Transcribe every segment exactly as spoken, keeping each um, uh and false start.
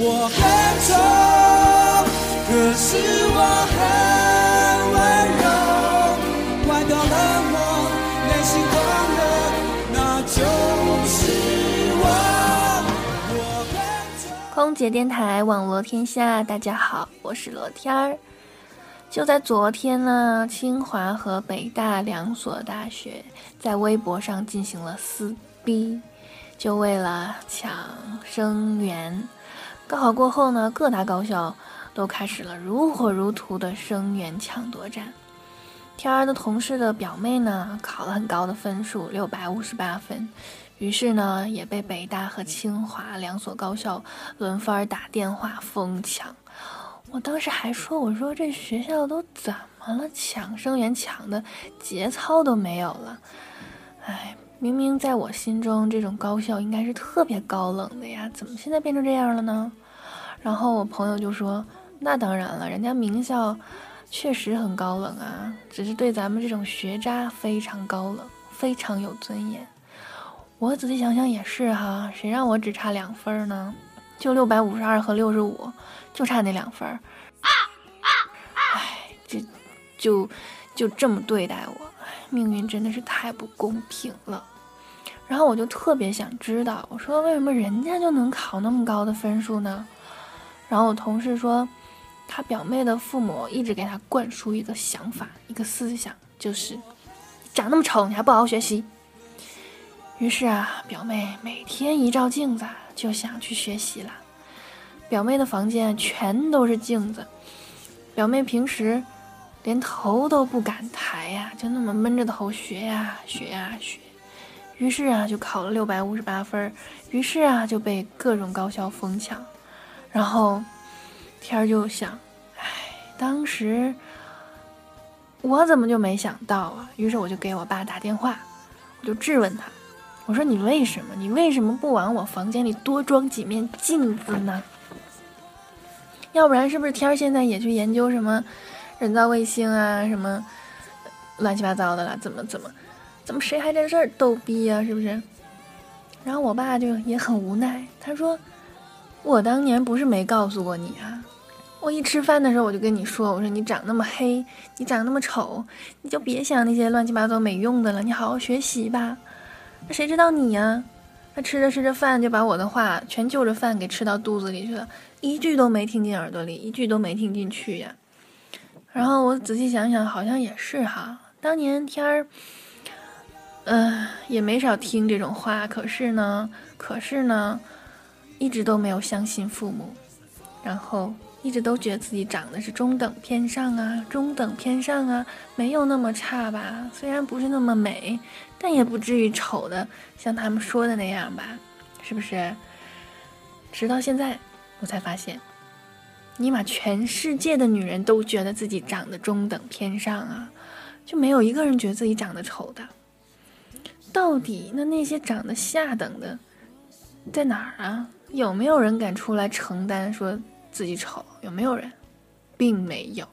我很丑，可是我很温柔，外表冷漠，内心狂热，那就是我。我很丑。 空姐电台网罗天下，大家好，我是罗天儿。就在昨天呢，清华和北大两所大学在微博上进行了撕逼，就为了抢生源。高考过后呢，各大高校都开始了如火如荼的生源抢夺战。天儿的同事的表妹呢，考了很高的分数，六百五十八分，于是呢，也被北大和清华两所高校轮番打电话疯抢。我当时还说，我说这学校都怎么了？抢生源抢的节操都没有了。哎，明明在我心中，这种高校应该是特别高冷的呀，怎么现在变成这样了呢？然后我朋友就说，那当然了，人家名校确实很高冷啊，只是对咱们这种学渣非常高冷，非常有尊严。我仔细想想也是哈，谁让我只差两分呢？就六百五十二和六十五，就差那两分。哎，这就就这么对待我，命运真的是太不公平了。然后我就特别想知道，我说为什么人家就能考那么高的分数呢？然后我同事说，他表妹的父母一直给他灌输一个想法，一个思想，就是长那么丑你还不好好学习。于是啊，表妹每天一照镜子就想去学习了。表妹的房间全都是镜子，表妹平时连头都不敢抬呀，就那么闷着头学呀学呀学。于是啊，就考了六百五十八分，于是啊，就被各种高校疯抢。然后天儿就想，哎，当时我怎么就没想到啊？于是我就给我爸打电话，我就质问他，我说你为什么？你为什么不往我房间里多装几面镜子呢？要不然是不是天儿现在也去研究什么人造卫星啊，什么乱七八糟的了？怎么怎么怎么谁还在这儿逗逼呀、啊？是不是？然后我爸就也很无奈，他说：“我当年不是没告诉过你啊，我一吃饭的时候我就跟你说，我说你长那么黑，你长那么丑，你就别想那些乱七八糟没用的了，你好好学习吧。那谁知道你呀？他吃着吃着饭就把我的话全就着饭给吃到肚子里去了。”一句都没听进耳朵里，一句都没听进去呀。然后我仔细想想，好像也是哈。当年天儿，呃，也没少听这种话，可是呢，可是呢，一直都没有相信父母，然后一直都觉得自己长得是中等偏上啊，中等偏上啊，没有那么差吧。虽然不是那么美，但也不至于丑的像他们说的那样吧，是不是？直到现在。我才发现，尼玛全世界的女人都觉得自己长得中等偏上啊，就没有一个人觉得自己长得丑的。到底那那些长得下等的在哪儿啊？有没有人敢出来承担说自己丑？有没有人？并没有。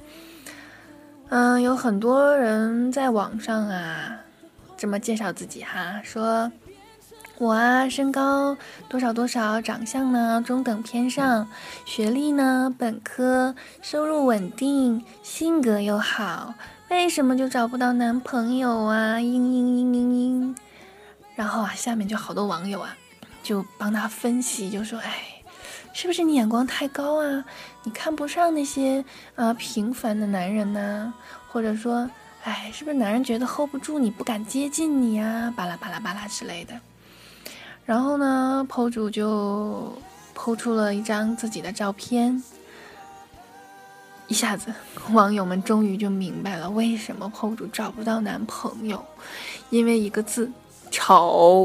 嗯，有很多人在网上啊这么介绍自己哈，说我啊，身高多少多少，长相呢中等偏上，学历呢本科，收入稳定，性格又好，为什么就找不到男朋友啊？嘤嘤嘤嘤嘤。然后啊，下面就好多网友啊，就帮他分析，就说，哎，是不是你眼光太高啊？你看不上那些呃平凡的男人呢？或者说，哎，是不是男人觉得 hold 不住你，不敢接近你啊？巴拉巴拉巴拉之类的。然后呢 ，P O 主就 P O 出了一张自己的照片，一下子网友们终于就明白了为什么 P O 主找不到男朋友，因为一个字，丑。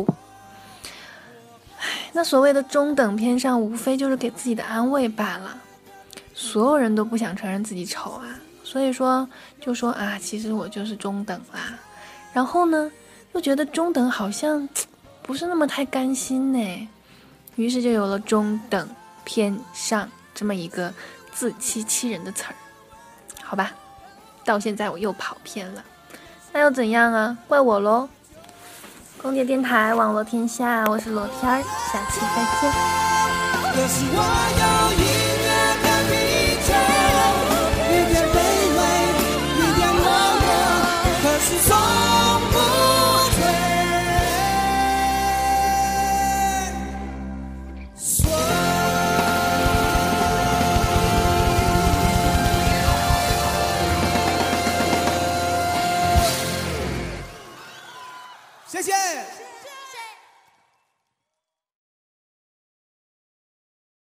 唉，那所谓的中等偏上，无非就是给自己的安慰罢了。所有人都不想承认自己丑啊，所以说就说啊，其实我就是中等啦。然后呢，又觉得中等好像不是那么太甘心呢，于是就有了中等偏上这么一个自欺欺人的词儿。好吧，到现在我又跑偏了，那又怎样啊？怪我咯。空姐电台网络天下，我是罗天儿，下期再见。 可是我有音乐的啤酒，一点卑微，一点懦弱，可是从不退。说谢谢。